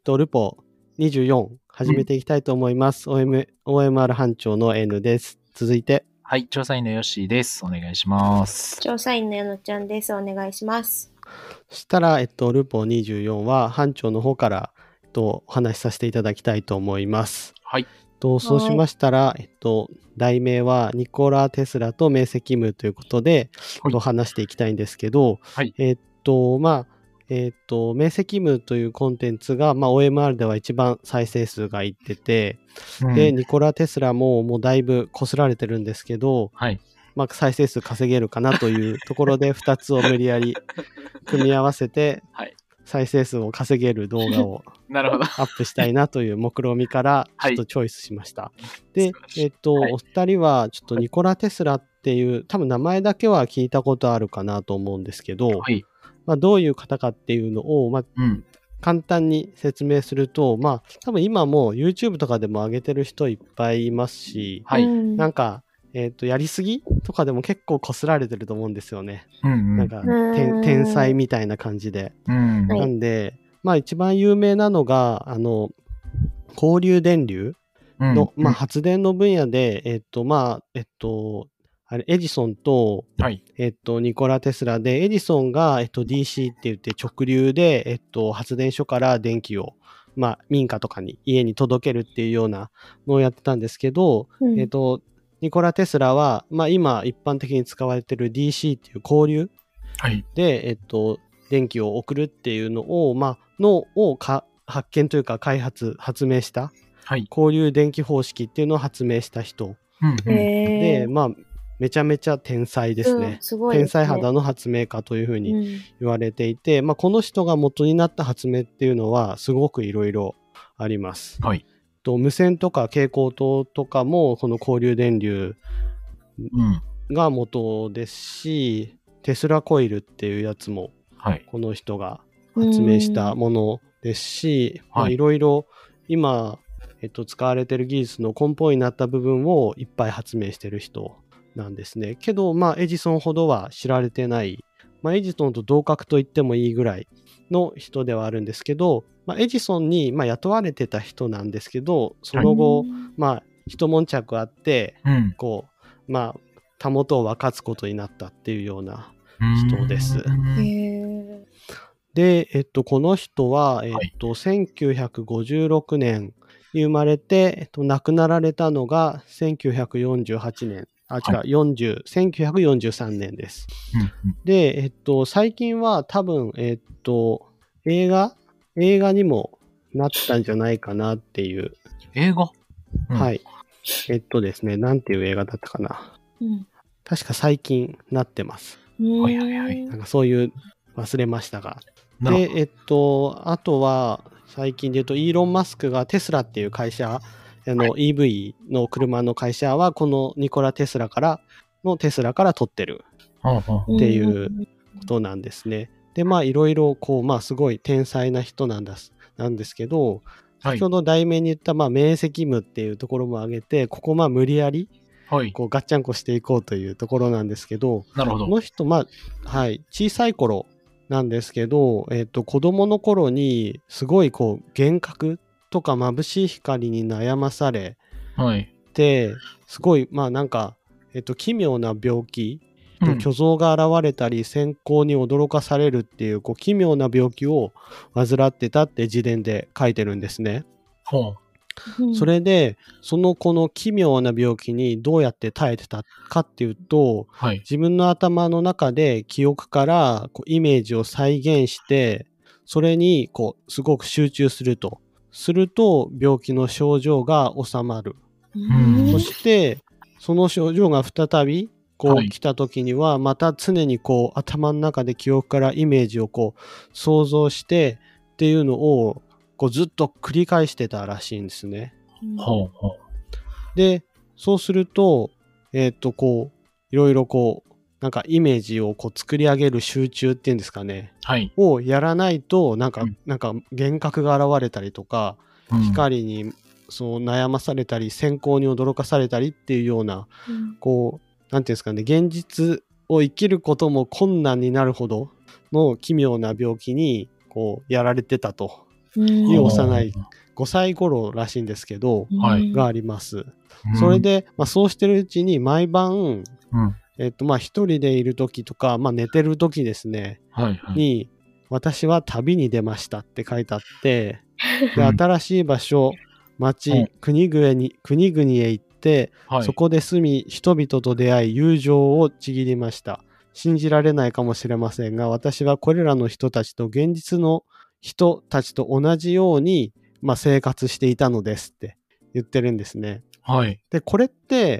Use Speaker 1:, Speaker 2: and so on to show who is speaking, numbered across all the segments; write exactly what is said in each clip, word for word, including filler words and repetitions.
Speaker 1: と、ルポにじゅうよん始めていきたいと思います。うん、オーエム、オーエムアール 班長の N です。続いて。
Speaker 2: はい、調査員のヨッシーです。お願いします。
Speaker 3: 調査員の矢野ちゃんです。お願いします。
Speaker 1: そしたら、えっと、ルポにじゅうよんは班長の方から、えっと、お話しさせていただきたいと思います。
Speaker 2: はい。
Speaker 1: とそうしましたら、えっと、題名はニコラ・テスラと明晰夢ということで、はい、と話していきたいんですけど、はい、えっと、まあ、えっと、明晰夢というコンテンツが、まあ、オーエムアール では一番再生数がいってて、うん、で、ニコラ・テスラももうだいぶこすられてるんですけど、はい、まあ、再生数稼げるかなというところでふたつを無理やり組み合わせて、はい再生数を稼げる動画をアップしたいなという目論みからちょっとチョイスしました。はい、で、えっと、はい、お二人はちょっとニコラ・テスラっていう多分名前だけは聞いたことあるかなと思うんですけど、はい、まあ、どういう方かっていうのを、まあうん、簡単に説明すると、まあ多分今も YouTube とかでも上げてる人いっぱいいますし、はい、なんかえっと、やりすぎとかでも結構こすられてると思うんですよね。うんうん、なんか天才みたいな感じで。うん、なんで、まあ一番有名なのが、あの、交流電流の、うん、まあ発電の分野で、えっと、まあ、えっと、あれ、エジソンと、はい、えっと、ニコラ・テスラで、エジソンが、えっと、ディーシー って言って直流で、えっと、発電所から電気を、まあ、民家とかに、家に届けるっていうようなのをやってたんですけど、うん、えっと、ニコラ・テスラは、まあ、今一般的に使われている ディーシー っていう交流で、はい、えっと、電気を送るっていうのを、まあ、のをか発見というか開発、発明した、はい、交流電気方式っていうのを発明した人、うんうん、で、まあ、めちゃめちゃ天才ですね。うん、すごいですね。天才肌の発明家というふうに言われていて、うん、まあ、この人が元になった発明っていうのはすごくいろいろあります。はいと無線とか蛍光灯とかもこの交流電流が元ですし、うん、テスラコイルっていうやつもこの人が発明したものですし、はい、いろいろ今、えっと、使われている技術の根本になった部分をいっぱい発明してる人なんですね。けど、まあ、エジソンほどは知られてない、まあ、エジソンと同格と言ってもいいぐらいの人ではあるんですけど、まあ、エジソンに、まあ、雇われてた人なんですけど、その後、はい、まあ、一悶着あって、うん、こう、まあ、たもとを分かつことになったっていうような人です。で、えっと、この人は、えっと、はい、せんきゅうひゃくごじゅうろくねんに生まれて、えっと、亡くなられたのがせんきゅうひゃくよんじゅうはちねん。あ、違う、はい、よんじゅう、せんきゅうひゃくよんじゅうさんねんです。うんうん、で、えっと、最近は多分、えっと、映画映画にもなったんじゃないかなっていう。
Speaker 2: 映画、
Speaker 1: うん、はい。えっとですね、なんていう映画だったかな。うん、確か最近なってます。
Speaker 2: はいはいはい。
Speaker 1: なんかそういう、忘れましたが。で、えっと、あとは、最近で言うと、イーロン・マスクがテスラっていう会社、あの、はい、イーブイ の車の会社は、このニコラ・テスラから、のテスラから取ってるっていうことなんですね。で、まあ、いろいろ、こう、まあ、すごい天才な人なんだ、なんですけど、先ほど題名に言った、まあ、明晰夢っていうところも挙げて、ここ、まあ、無理やり、はい、こう、ガッチャンコしていこうというところなんですけど、
Speaker 2: なるほど。
Speaker 1: この人、まあ、はい、小さい頃なんですけど、えっと、子供の頃に、すごい、こう、幻覚とか眩しい光に悩まされて、はい、すごい、まあ、なんか、えっと、奇妙な病気、で虚像が現れたり閃光に驚かされるっていうこう奇妙な病気を患ってたって自伝で書いてるんですね。
Speaker 2: ほ
Speaker 1: うそれでそのこの奇妙な病気にどうやって耐えてたかっていうと、はい、自分の頭の中で記憶からこうイメージを再現してそれにこうすごく集中するとすると病気の症状が治まる。そしてその症状が再びこう来た時にはまた常にこう頭の中で記憶からイメージをこう想像してっていうのをこうずっと繰り返してたらしいんですね。
Speaker 2: ほうほう
Speaker 1: でそうするとえっとこういろいろこうなんかイメージをこう作り上げる集中っていうんですかね、はい、をやらないとなんか、うん、なんか幻覚が現れたりとか、うん、光にそう悩まされたり閃光に驚かされたりっていうような、うん、こうなんていうんですかね、現実を生きることも困難になるほどの奇妙な病気にこうやられてたという幼いごさい頃らしいんですけど、
Speaker 2: はい、
Speaker 1: があります。それで、まあ、そうしてるうちに毎晩、うん、えっと、まあ、一人でいる時とか、まあ、寝てる時ですね、
Speaker 2: はいはい、
Speaker 1: に、私は旅に出ましたって書いてあって、で、新しい場所、町、うん、国々に、国々へ行って、はい、そこで住み、人々と出会い、友情をちぎりました。信じられないかもしれませんが、私はこれらの人たちと現実の人たちと同じように、まあ、生活していたのですって言ってるんですね。
Speaker 2: はい。
Speaker 1: で、これって、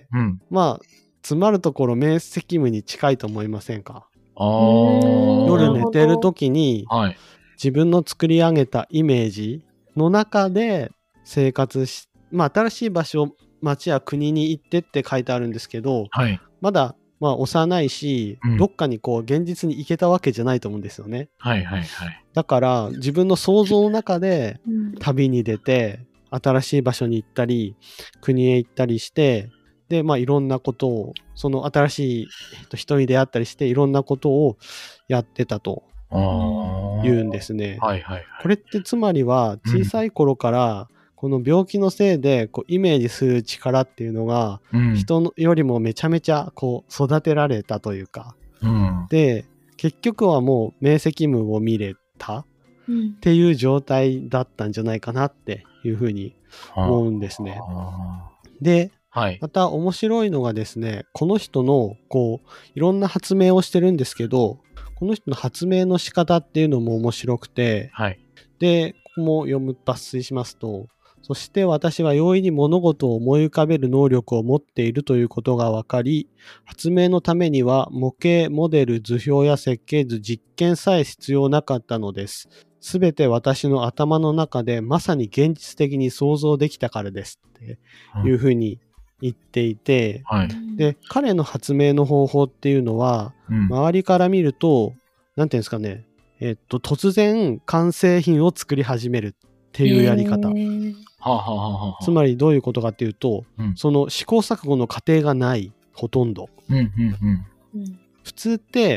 Speaker 2: うん、
Speaker 1: まあ、詰まるところ明晰夢に近いと思いませんか？
Speaker 2: あ
Speaker 1: 夜寝てる時に、はい、自分の作り上げたイメージの中で生活し、まあ、新しい場所、町や国に行ってって書いてあるんですけど、
Speaker 2: はい、
Speaker 1: まだまあ幼いし、うん、どっかにこう現実に行けたわけじゃないと思うんですよね。
Speaker 2: はいはいはい。
Speaker 1: だから自分の想像の中で旅に出て、新しい場所に行ったり、国へ行ったりして、で、まあいろんなことを、その新しい人に出会ったりして、いろんなことをやってたと言うんですね。
Speaker 2: はいはいはい。
Speaker 1: これってつまりは小さい頃から、この病気のせいでこうイメージする力っていうのが、人よりもめちゃめちゃこう育てられたというか、うん、で結局はもう明晰夢を見れたっていう状態だったんじゃないかなっていうふうに思うんですね。で、はい、また面白いのがですね、この人のこういろんな発明をしてるんですけど、この人の発明の仕方っていうのも面白くて、はい、でここも読む抜粋しますと、そして私は容易に物事を思い浮かべる能力を持っているということが分かり、発明のためには模型、モデル、図表や設計図、実験さえ必要なかったのです。すべて私の頭の中でまさに現実的に想像できたからですっていうふうに言っていて、うんはい、で、彼の発明の方法っていうのは、うん、周りから見ると、なんていうんですかね、えっと、突然完成品を作り始めるっていうやり方。つまりどういうことかっていうと、うん、その試行錯誤の過程がない、ほとんど。うんうんうん、普通って、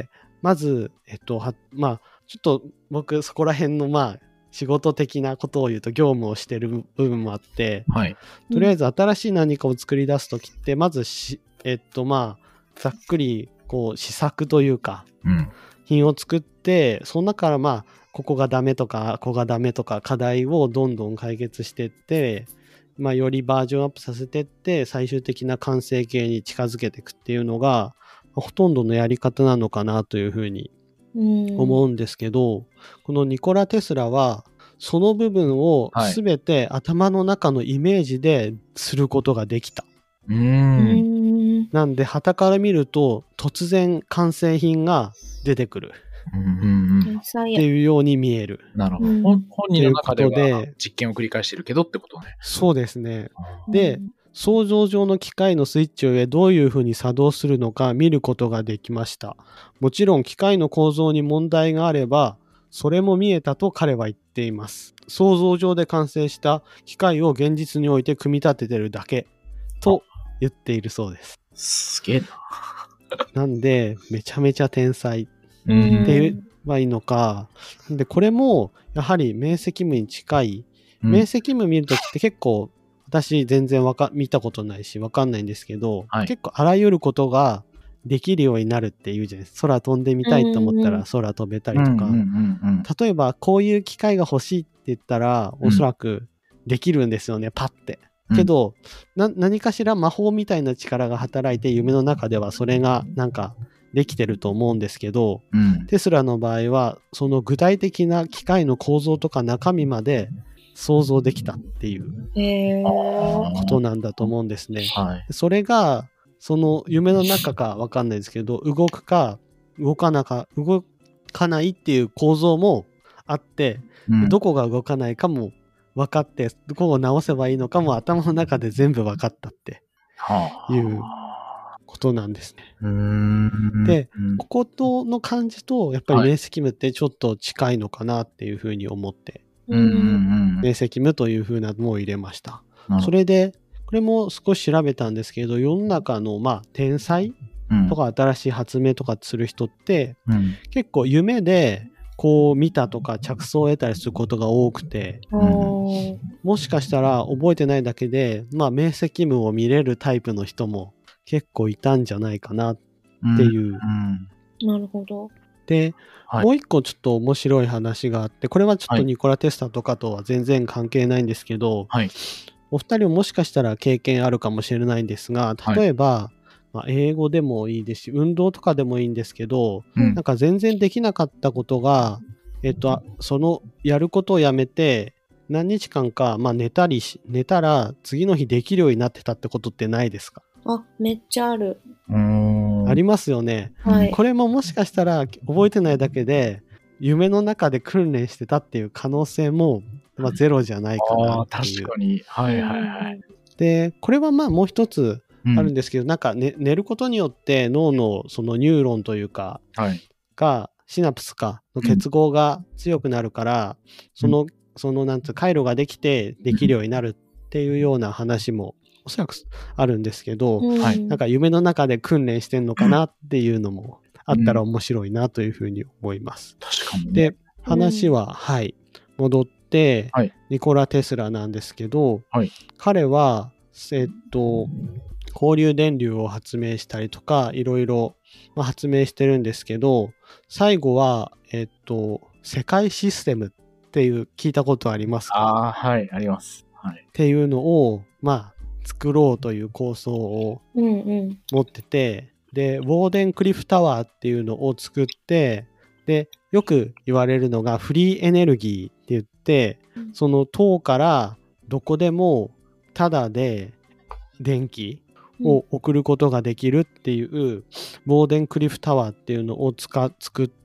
Speaker 1: まず、えっと、はまあ、ちょっと僕そこら辺のまあ仕事的なことを言うと業務をしてる部分もあって、はい、とりあえず新しい何かを作り出すときってまずしえっとまあざっくりこう試作というか、うん、品を作って、その中からまあここがダメとかここがダメとか課題をどんどん解決していって、まあ、よりバージョンアップさせていって最終的な完成形に近づけていくっていうのがほとんどのやり方なのかなというふうに思うんですけど、うん、このニコラ・テスラはその部分を全て頭の中のイメージですることができた。うーんなんで傍から見ると突然完成品が出てくるっていうように見える。
Speaker 2: なるほど。本人の中では実験を繰り返してるけどってことね。
Speaker 1: そうですね。で、想像上の機械のスイッチを上どういうふうに作動するのか見ることができました。もちろん機械の構造に問題があればそれも見えたと彼は言っています。想像上で完成した機械を現実において組み立ててるだけと言っているそうです。
Speaker 2: すげえな。
Speaker 1: なんでめちゃめちゃ天才って言えばいいのか。でこれもやはり明晰夢に近い。明晰夢見るときって結構私全然わか見たことないしわかんないんですけど、はい、結構あらゆることができるようになるっていうじゃないですか。空飛んでみたいと思ったら空飛べたりとか、例えばこういう機械が欲しいって言ったらおそらくできるんですよね、パッて。けど、な何かしら魔法みたいな力が働いて夢の中ではそれがなんかできてると思うんですけど、うん、テスラの場合はその具体的な機械の構造とか中身まで想像できたっていうことなんだと思うんですね。はい、それがその夢の中か分かんないですけど、動くか動かなか動かないっていう構造もあって、うん、どこが動かないかも分かって、どこを直せばいいのかも頭の中で全部分かったっていうことなんですね。うーんで、こことの感じとやっぱり明晰夢ってちょっと近いのかなっていうふうに思って、はい、明晰夢というふうなのを入れました。それでこれも少し調べたんですけど、世の中のまあ天才とか新しい発明とかする人って、うん、結構夢でこう見たとか着想を得たりすることが多くて、
Speaker 3: うん、
Speaker 1: もしかしたら覚えてないだけで、まあ、明晰夢を見れるタイプの人も結構いたんじゃないかなっていう。うん
Speaker 3: うん、なるほど。
Speaker 1: で、はい、もう一個ちょっと面白い話があって、これはちょっとニコラ・テスラとかとは全然関係ないんですけど、はい、お二人ももしかしたら経験あるかもしれないんですが、例えば、はい、まあ、英語でもいいですし、運動とかでもいいんですけど、うん、なんか全然できなかったことが、えっと、そのやることをやめて、何日間か、まあ、寝たりし、寝たら次の日できるようになってたってことってないですか？
Speaker 3: あ、めっちゃある。
Speaker 1: うーん、ありますよね、はい。これももしかしたら覚えてないだけで、夢の中で訓練してたっていう可能性も、まあ、ゼロじゃないかなっていう。
Speaker 2: あ、確かに。はいはいはい。
Speaker 1: で、これはまあもう一つあるんですけど、うん、なんか、ね、寝ることによって脳のそのニューロンというか、はい、が、シナプスかの結合が強くなるから、うん、その、そのなんつう回路ができてできるようになるっていうような話もおそらくあるんですけど、うん、なんか夢の中で訓練してんのかなっていうのもあったら面白いなというふうに思います。
Speaker 2: 確かにね。
Speaker 1: で、話は、はい、戻って、はい、ニコラ・テスラなんですけど、はい、彼は、えっと、交流電流を発明したりとか、いろいろ発明してるんですけど、最後は、えっと、世界システムっていう聞いたことありますか？
Speaker 2: ああ、はい、あります。はい。
Speaker 1: っていうのを、まあ、作ろうという構想を持ってて、うんうん、で、ウォーデンクリフタワーっていうのを作って、で、よく言われるのがフリーエネルギーって言って、うん、その塔からどこでもタダで電気を送ることができるっていう、うん、ウォーデンクリフタワーっていうのをつか作って、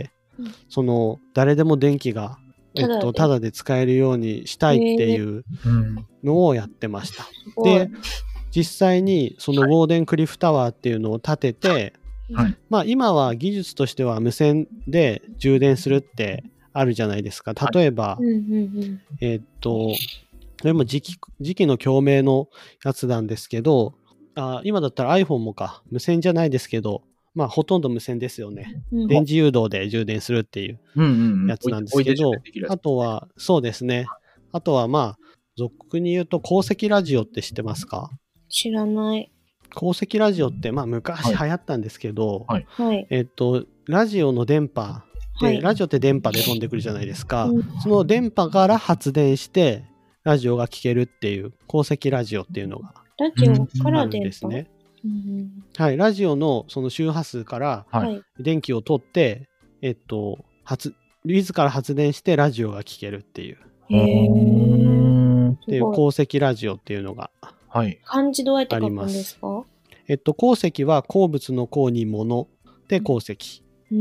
Speaker 1: うん、その誰でも電気がえっと、ただで使えるようにしたいっていうのをやってました。で、実際にそのウォーデンクリフタワーっていうのを建てて、はい、まあ今は技術としては無線で充電するってあるじゃないですか。例えば、はい、えっと、でも時期、時期の共鳴のやつなんですけど、あ、今だったら iPhone もか、無線じゃないですけど、まあほとんど無線ですよね。うん、電磁誘導で充電するっていうやつなんですけど、あとは、そうですね。あとはまあ、俗に言うと鉱石ラジオって知ってますか？
Speaker 3: 知らない。
Speaker 1: 鉱石ラジオってまあ昔流行ったんですけど、
Speaker 3: はいはい、
Speaker 1: えっと、ラジオの電波で、はい、ラジオって電波で飛んでくるじゃないですか。うん、その電波から発電してラジオが聴けるっていう鉱石ラジオっていうのが
Speaker 3: ラジオから電波
Speaker 1: ですね。うん、はい、ラジオのその周波数から電気を取って、えっと、発自ら発電してラジオが聴けるっていう。へー。っていう鉱石ラジオっていうのがあります。
Speaker 3: 漢字どうやって書くんですか？
Speaker 1: えっと、鉱石は鉱物の鉱に物で鉱石。うん、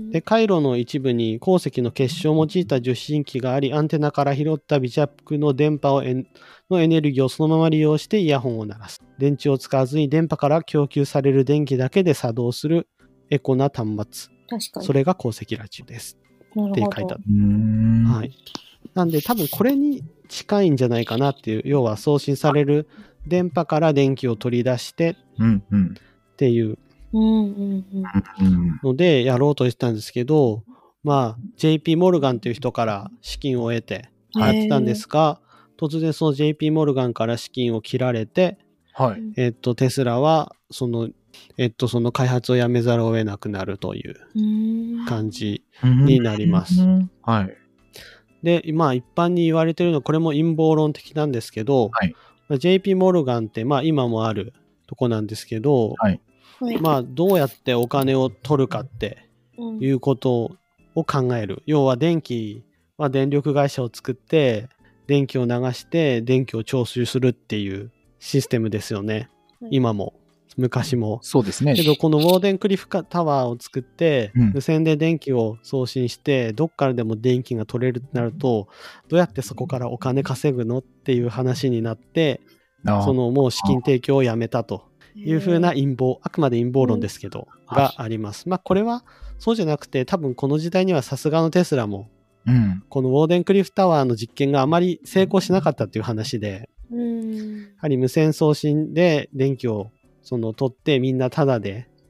Speaker 1: で回路の一部に鉱石の結晶を用いた受信機があり、アンテナから拾った微弱の電波をえのエネルギーをそのまま利用してイヤホンを鳴らす。電池を使わずに電波から供給される電気だけで作動するエコな端末。
Speaker 3: 確かに。
Speaker 1: それが鉱石ラジオです。
Speaker 3: なるほど。
Speaker 1: って書いてある。はい。なんで多分これに近いんじゃないかなっていう、要は送信される電波から電気を取り出してっていう。うんうんうん、のでやろうとしてたんですけど、まあ ジェイピー モルガンという人から資金を得てやってたんですが、突然その ジェイピー モルガンから資金を切られて、はい、えっとテスラはそのえっとその開発をやめざるを得なくなるという感じになります。はい。で、まあ一般に言われているのはこれも陰謀論的なんですけど、はい、ジェイピー モルガンってまあ今もあるとこなんですけど。はい、まあどうやってお金を取るかっていうことを考える、うん、要は電気は電力会社を作って電気を流して電気を徴収するっていうシステムですよね、はい、今も昔も。
Speaker 2: そうですね。
Speaker 1: けどこのウォーデンクリフタワーを作って、うん、無線で電気を送信してどっからでも電気が取れるとなると、どうやってそこからお金稼ぐのっていう話になって、そのもう資金提供をやめたというふうな陰謀、あくまで陰謀論ですけど、うん、があります。まあこれはそうじゃなくて、多分この時代にはさすがのテスラも、うん、このウォーデンクリフタワーの実験があまり成功しなかったっていう話で、うん、やはり無線送信で電気をその取ってみんなタダで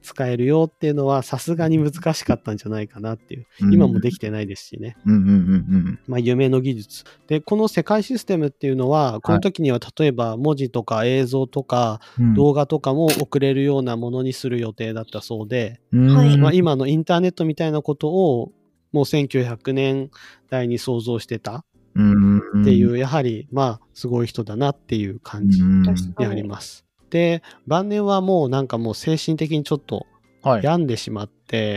Speaker 1: 使えるよっていうのはさすがに難しかったんじゃないかなっていう。今もできてないですしね。
Speaker 4: うんうんうんうん。
Speaker 1: まあ夢の技術。で、この世界システムっていうのは、この時には例えば文字とか映像とか動画とかも送れるようなものにする予定だったそうで、
Speaker 3: はい
Speaker 1: まあ今のインターネットみたいなことをもうせんきゅうひゃくねんだいに想像してたっていう、やはりまあすごい人だなっていう感じにあります。で、晩年はもうなんかもう精神的にちょっと病んでしまって、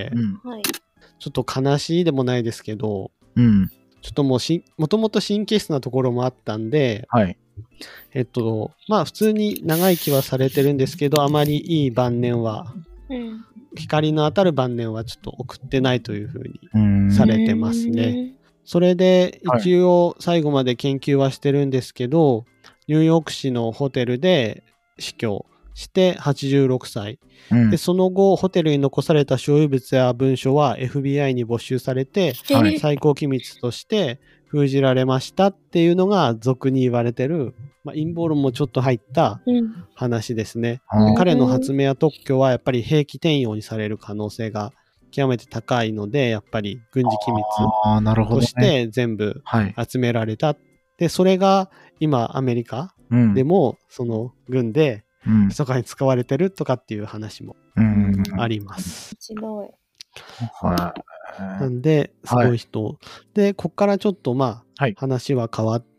Speaker 3: はい、
Speaker 1: ちょっと悲しいでもないですけど、
Speaker 4: うん、
Speaker 1: ちょっともうし、もともと神経質なところもあったんで、
Speaker 4: はい、
Speaker 1: えっと、まあ普通に長生きはされてるんですけど、あまりいい晩年は、うん、光の当たる晩年はちょっと送ってないというふうにされてますね。それで一応最後まで研究はしてるんですけど、はい、ニューヨーク市のホテルで死去してはちじゅうろくさい、うん、でその後ホテルに残された所有物や文書は エフビーアイ に没収されて、はい、最高機密として封じられましたっていうのが俗に言われてる、まあ、陰謀論もちょっと入った話ですね、うん、で彼の発明や特許はやっぱり兵器転用にされる可能性が極めて高いので、やっぱり軍事機密として全部集められた、ね、はい、でそれが今アメリカでもその軍で密かに使われてるとかっていう話もあります。
Speaker 3: 面白い。
Speaker 1: なんですごい人、はい、でこっからちょっとまあ、はい、話は変わって、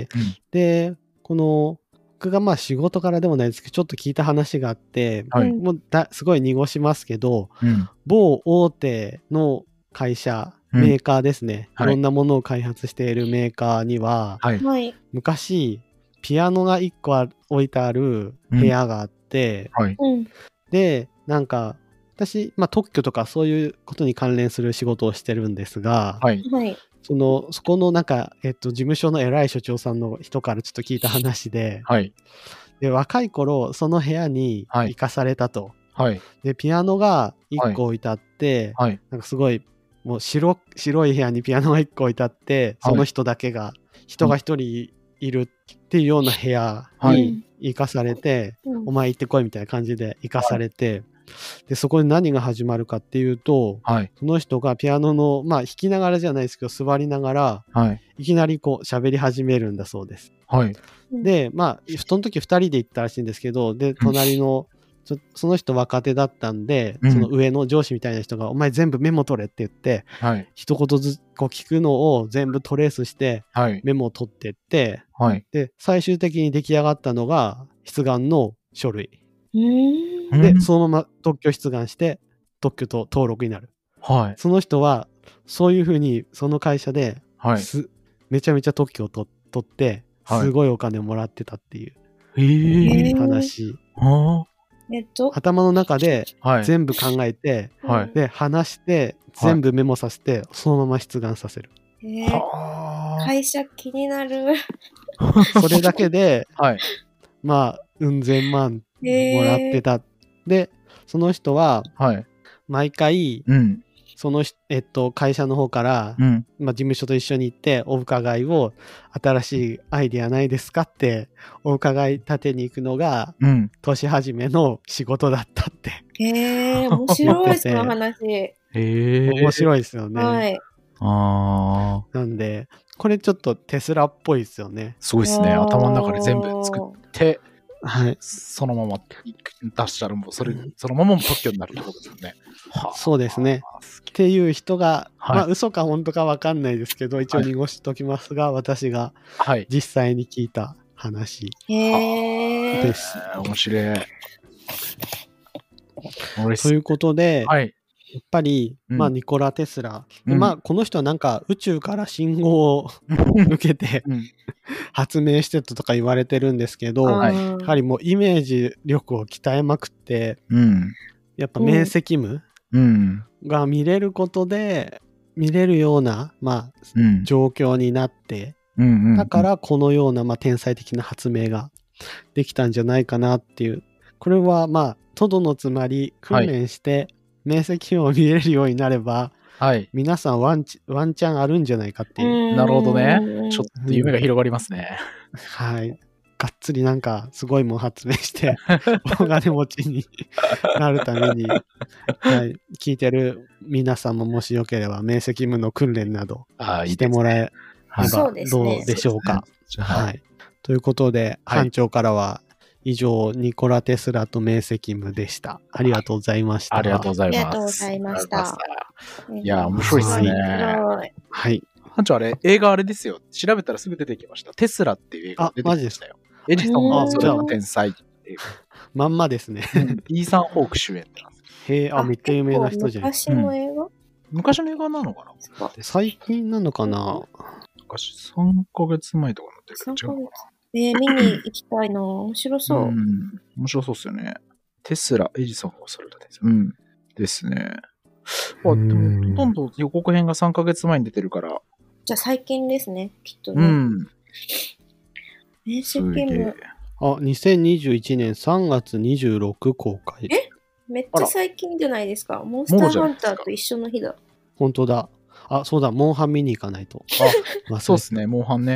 Speaker 1: うん、でこの僕がまあ仕事からでもないですけどちょっと聞いた話があって、はい、もうだすごい濁しますけど、うん、某大手の会社、メーカーですね、うん、いろんなものを開発しているメーカーには、はい、昔ピアノがいっこ置いてある部屋があって、うん、はい、でなんか私、まあ、特許とかそういうことに関連する仕事をしてるんですが、はい、そのそこのなんか、えっと、事務所の偉い所長さんの人からちょっと聞いた話で、はい、で若い頃その部屋に行かされたと、はい、でピアノがいっこ置いてあって、はい、なんかすごいもう 白, 白い部屋にピアノがいっこ置いてあって、その人だけが、はい、人が一人いるっていうような部屋に行かされて、はい、お前行ってこいみたいな感じで行かされて、はい、でそこで何が始まるかっていうと、はい、その人がピアノのまあ弾きながらじゃないですけど座りながら、はい、いきなりこう喋り始めるんだそうです。はい、でまあその時ふたりで行ったらしいんですけど、で隣のちょその人若手だったんで、うん、その上の上司みたいな人がお前全部メモ取れって言って、はい、一言ずつこう聞くのを全部トレースして、はい、メモを取ってって、はい、で最終的に出来上がったのが出願の書類で、そのまま特許出願して特許と登録になる、はい、その人はそういうふうにその会社で、はい、めちゃめちゃ特許を取ってすごいお金をもらってたっていう話、はい、えっと、頭の中で全部考えて、はい、で話して全部メモさせて、はい、そのまま出願させる、
Speaker 3: えー、会社気になる
Speaker 1: それだけで、はい、まあうん千万もらってた、えー、でその人は毎回、はい、うんその、えっと、会社の方から、うんまあ、事務所と一緒に行ってお伺いを新しいアイディアないですかってお伺い立てに行くのが、うん、年始めの仕事だったって
Speaker 3: へえー、面白いその話
Speaker 1: へえ面白いですよね、はい、あなんでこれちょっとテスラっぽいですよね。
Speaker 2: すごいですね。頭の中で全部作ってはい、そのまま出したらもうそれ、うん、そのまま特許になるってことですよね。
Speaker 1: はあ、そうですね。っていう人が、はい、まあ嘘か本当か分かんないですけど、一応濁しときますが、はい、私が実際に聞いた話です。
Speaker 2: はい、面白い。
Speaker 1: ということで、はい、やっぱり、うん、まあニコラ・テスラ、うん、まあこの人はなんか宇宙から信号を受けて、うん、発明してたとか言われてるんですけど、はい、やはりもうイメージ力を鍛えまくって、うん、やっぱ明晰夢が見れることで見れるような、まあうん、状況になって、うんうんうん、だからこのような、まあ、天才的な発明ができたんじゃないかなっていう。これはまあトドのつまり訓練して、はい明晰夢を見れるようになれば、はい、皆さんワンチ、ワンチャンあるんじゃないかっていう。
Speaker 2: なるほどね。ちょっと夢が広がりますね。
Speaker 1: うん、はい。がっつりなんかすごいもん発明して大金持ちになるためにはい、聞いてる皆さんももしよければ明晰夢の訓練などしてもらえればどうでしょうか。はい。ということで、はい、班長からは以上ニコラ・テスラと明晰夢でした。ありがとうございました。
Speaker 2: ありがとうございます。
Speaker 3: ありがとうございました。
Speaker 2: いや、面白いですね。
Speaker 1: はい。
Speaker 2: 班長あれ、映画あれですよ。調べたらすぐ出てきました。テスラっていう映画出てきましたよ。エジソンがそれの天才っていう。
Speaker 1: まんまですね。
Speaker 2: イーサン・ホーク主演なんです。
Speaker 1: へえ、あ、めっちゃ有名な人じゃん。
Speaker 3: 昔の映画、うん、
Speaker 2: 昔の映画なのかな
Speaker 1: 最近なのかな
Speaker 2: 昔さんかげつまえとかなってるけど違うかな。
Speaker 3: えー、見に行きたいな。面白そう。うん。
Speaker 2: 面白そうっすよね。テスラ、エジソンがそれだです。うん。ですね。あ、でも、ほとんど予告編がさんかげつまえに出てるから。
Speaker 3: じゃあ最近ですね、きっとね。
Speaker 2: うん。
Speaker 3: 明晰夢。
Speaker 1: あ、にせんにじゅういちねんさんがつにじゅうろく公開。
Speaker 3: えめっちゃ最近じゃないですか。モンスターハンターと一緒の日だ。
Speaker 1: 本当だ。あ、そうだ、モンハン見に行かないと。
Speaker 2: あ、そうですね、モンハンね。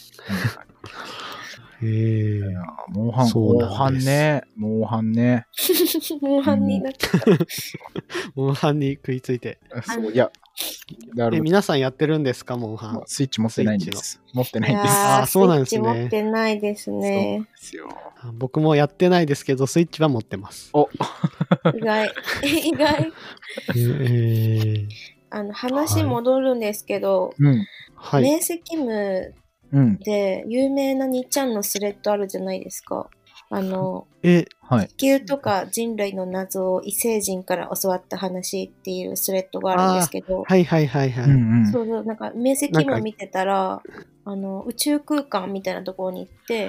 Speaker 1: へえ。
Speaker 2: モンハン、モンハンね。モンハンね。
Speaker 3: モンハンになっちゃった。
Speaker 1: モンハンに食いついて。
Speaker 2: そう、いや。
Speaker 1: え、皆さんやってるんですか、モンハン。
Speaker 2: スイッチ持ってないんです。持ってないんです。
Speaker 1: ああ、そうなんですね。
Speaker 3: スイッチ持ってないですね。
Speaker 2: そうですよ。
Speaker 1: 僕もやってないですけど、スイッチは持ってます。
Speaker 2: お
Speaker 3: 意外。意外。
Speaker 1: えー、
Speaker 3: あの、話戻るんですけど、
Speaker 1: はい、
Speaker 3: 明晰夢で有名なにちゃんのスレッドあるじゃないですか。あの、
Speaker 1: え、
Speaker 2: はい、
Speaker 3: 地球とか人類の謎を異星人から教わった話っていうスレッドがあるんですけど、
Speaker 1: はいはいはいはい。
Speaker 3: そうそう、なんか明晰夢見てたら、あの宇宙空間みたいなところに行って、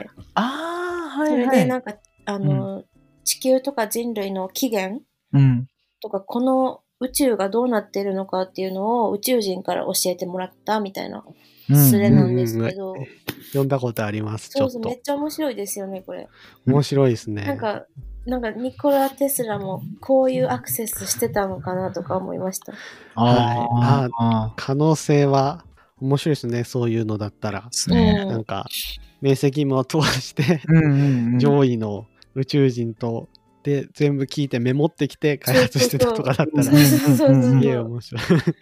Speaker 2: あー、はいはい、
Speaker 3: それでなんかあの、うん、地球とか人類の起源、
Speaker 2: うん、
Speaker 3: とかこの宇宙がどうなっているのかっていうのを宇宙人から教えてもらったみたいなスレなんですけど、うんうんうん、
Speaker 1: 読んだことあります。
Speaker 3: そうそう、めっちゃ面白いですよね、これ。
Speaker 1: 面白いですね。
Speaker 3: なんか、なんかニコラ・テスラもこういうアクセスしてたのかなとか思いました。
Speaker 1: はい。あ、可能性は面白いですね、そういうのだったら。
Speaker 2: ね、
Speaker 1: なんか、明晰夢を通して、うんうんうん、上位の宇宙人と、で、全部聞いてメモってきて開発してたとかだったら、すげえ面白い。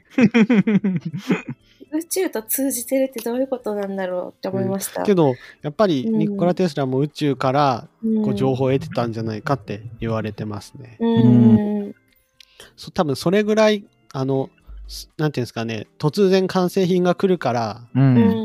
Speaker 3: 宇宙と通じてるってどういうことなんだろうって思いました。
Speaker 1: うん、けど、やっぱりニコラ・テスラも宇宙からこう情報を得てたんじゃないかって言われてますね。
Speaker 3: うんうん、
Speaker 1: そ多分それぐらい、あの、なんていうんですかね、突然完成品が来るから、
Speaker 2: うん、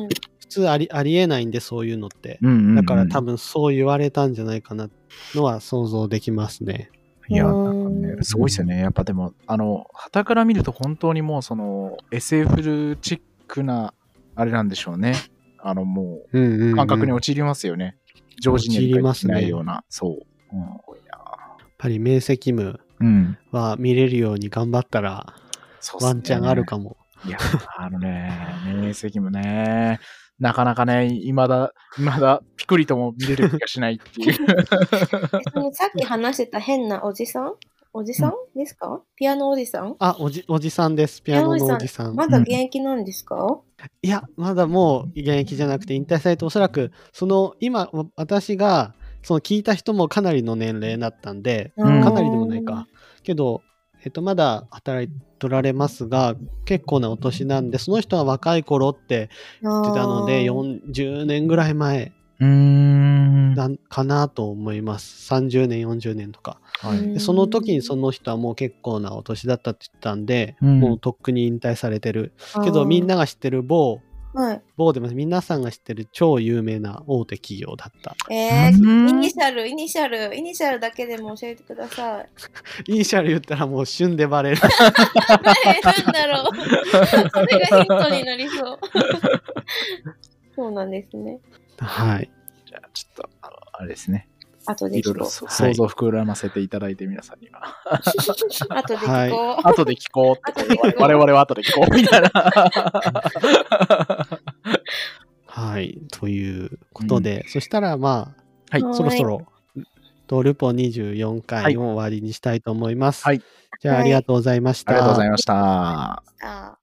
Speaker 1: 普通あり、ありえないんで、そういうのって。うんうんうん、だから多分そう言われたんじゃないかなのは想像できますね。
Speaker 2: いや、なんかね、すごいですよね。やっぱでも、あの、傍から見ると本当にもうその エスエフ チックな、あれなんでしょうね。あの、もう、感覚に陥りますよね。常時にはできないような。ね、そう。うん、やっ
Speaker 1: ぱり明晰夢は見れるように頑張ったら、うん、ワンチャンあるかも。
Speaker 2: いや、あのね、明晰夢ね。なかなかね、未だ、未だ、ピクリとも見れる気がしないっていう。
Speaker 3: そのさっき話してた変なおじさんおじさん、うん、ですか？ピアノおじさん？
Speaker 1: あ、おじ、おじさんです。ピアノのおじさん。
Speaker 3: まだ現役なんですか？うん、
Speaker 1: いや、まだもう現役じゃなくて引退されて、おそらく、その、今、私が、その聞いた人もかなりの年齢だったんで、かなりでもないか。けど、えっと、まだ働いておられますが、結構なお年なんで、その人は若い頃って言ってたので、よんじゅうねんぐらい前なんかなと思います。さんじゅうねん、よんじゅうねんとか。はい、でその時にその人はもう結構なお年だったって言ったんで、うん、もうとっくに引退されてる。けど、みんなが知ってる某、はい、某でも皆さんが知ってる超有名な大手企業だった。
Speaker 3: えー、イニシャル、イニシャル、イニシャルだけでも教えてください。
Speaker 1: イニシャル言ったらもう旬でバレる。
Speaker 3: え、なんだろう。それがヒントになりそう。そうなんですね。
Speaker 1: はい。
Speaker 2: じゃあ、ちょっと、あの、あれですね。
Speaker 3: 後で聞こう。いろいろ
Speaker 2: 想像膨らませていただいて、皆さんには。
Speaker 3: 後で聞こう。
Speaker 2: 後で聞こうって。我々は後で聞こうみたいな。
Speaker 1: はい。ということで、うん、そしたらまあ、はい、そろそろ、ドルポにじゅうよんかいを終わりにしたいと思います。はい。じゃあ、ありがとうございました。
Speaker 2: はい、ありがとうございました。